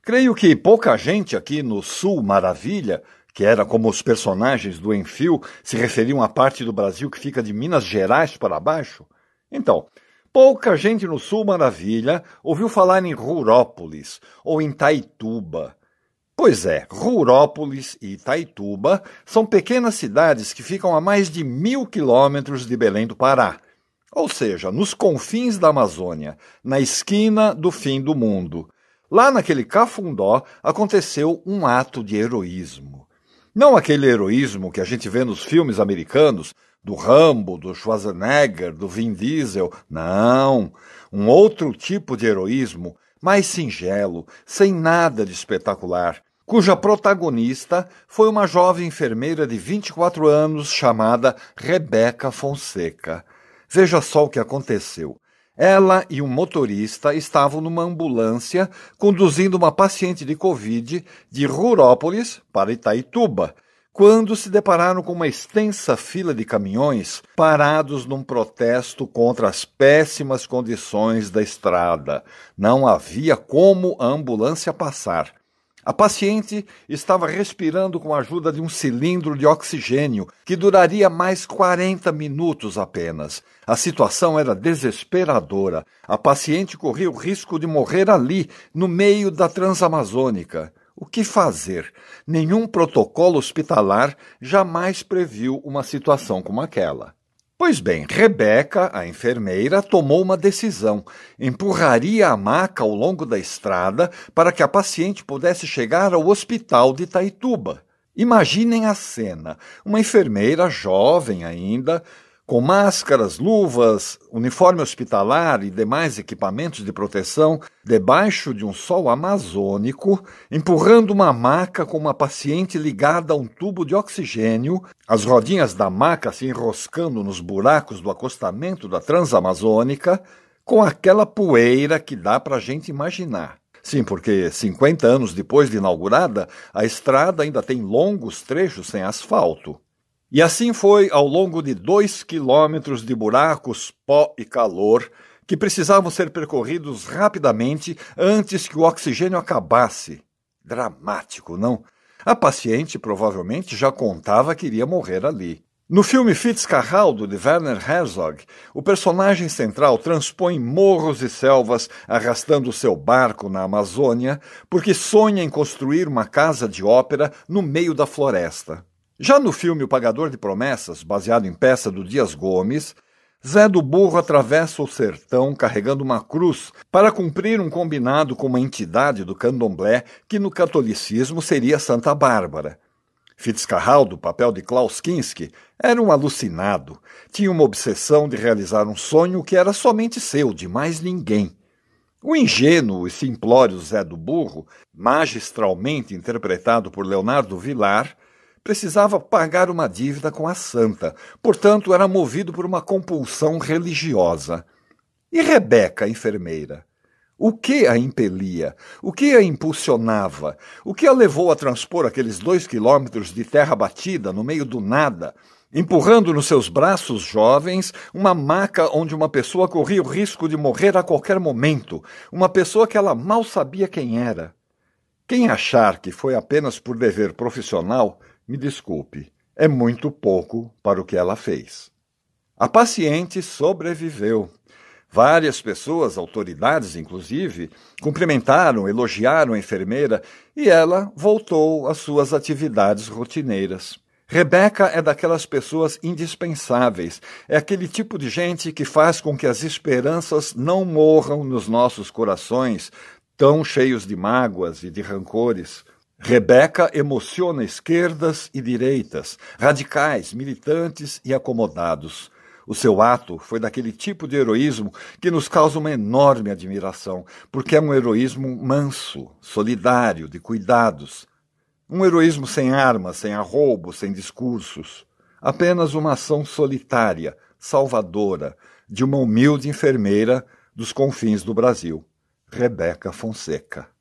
Creio que pouca gente aqui no Sul Maravilha, que era como os personagens do Enfio se referiam à parte do Brasil que fica de Minas Gerais para baixo. Então, pouca gente no Sul Maravilha ouviu falar em Rurópolis ou em Itaituba. Pois é, Rurópolis e Itaituba são pequenas cidades que ficam a mais de 1.000 quilômetros de Belém do Pará. Ou seja, nos confins da Amazônia, na esquina do fim do mundo. Lá naquele cafundó aconteceu um ato de heroísmo. Não aquele heroísmo que a gente vê nos filmes americanos, do Rambo, do Schwarzenegger, do Vin Diesel. Não, um outro tipo de heroísmo, mais singelo, sem nada de espetacular, cuja protagonista foi uma jovem enfermeira de 24 anos chamada Rebeca Fonseca. Veja só o que aconteceu. Ela e um motorista estavam numa ambulância conduzindo uma paciente de Covid de Rurópolis para Itaituba, quando se depararam com uma extensa fila de caminhões parados num protesto contra as péssimas condições da estrada. Não havia como a ambulância passar. A paciente estava respirando com a ajuda de um cilindro de oxigênio que duraria mais 40 minutos apenas. A situação era desesperadora. A paciente corria o risco de morrer ali, no meio da Transamazônica. O que fazer? Nenhum protocolo hospitalar jamais previu uma situação como aquela. Pois bem, Rebeca, a enfermeira, tomou uma decisão. Empurraria a maca ao longo da estrada para que a paciente pudesse chegar ao hospital de Itaituba. Imaginem a cena. Uma enfermeira jovem ainda, com máscaras, luvas, uniforme hospitalar e demais equipamentos de proteção, debaixo de um sol amazônico, empurrando uma maca com uma paciente ligada a um tubo de oxigênio, as rodinhas da maca se enroscando nos buracos do acostamento da Transamazônica, com aquela poeira que dá para a gente imaginar. Sim, porque 50 anos depois de inaugurada, a estrada ainda tem longos trechos sem asfalto. E assim foi ao longo de 2 quilômetros de buracos, pó e calor, que precisavam ser percorridos rapidamente antes que o oxigênio acabasse. Dramático, não? A paciente provavelmente já contava que iria morrer ali. No filme Fitzcarraldo, de Werner Herzog, o personagem central transpõe morros e selvas arrastando seu barco na Amazônia porque sonha em construir uma casa de ópera no meio da floresta. Já no filme O Pagador de Promessas, baseado em peça do Dias Gomes, Zé do Burro atravessa o sertão carregando uma cruz para cumprir um combinado com uma entidade do candomblé que no catolicismo seria Santa Bárbara. Fitzcarraldo, papel de Klaus Kinski, era um alucinado. Tinha uma obsessão de realizar um sonho que era somente seu, de mais ninguém. O ingênuo e simplório Zé do Burro, magistralmente interpretado por Leonardo Vilar, precisava pagar uma dívida com a santa, portanto era movido por uma compulsão religiosa. E Rebeca, a enfermeira? O que a impelia? O que a impulsionava? O que a levou a transpor aqueles 2 quilômetros de terra batida no meio do nada, empurrando nos seus braços jovens uma maca onde uma pessoa corria o risco de morrer a qualquer momento, uma pessoa que ela mal sabia quem era? Quem achar que foi apenas por dever profissional, me desculpe, é muito pouco para o que ela fez. A paciente sobreviveu. Várias pessoas, autoridades inclusive, cumprimentaram, elogiaram a enfermeira e ela voltou às suas atividades rotineiras. Rebeca é daquelas pessoas indispensáveis, é aquele tipo de gente que faz com que as esperanças não morram nos nossos corações, tão cheios de mágoas e de rancores. Rebeca emociona esquerdas e direitas, radicais, militantes e acomodados. O seu ato foi daquele tipo de heroísmo que nos causa uma enorme admiração, porque é um heroísmo manso, solidário, de cuidados. Um heroísmo sem armas, sem arroubo, sem discursos. Apenas uma ação solitária, salvadora, de uma humilde enfermeira dos confins do Brasil, Rebeca Fonseca.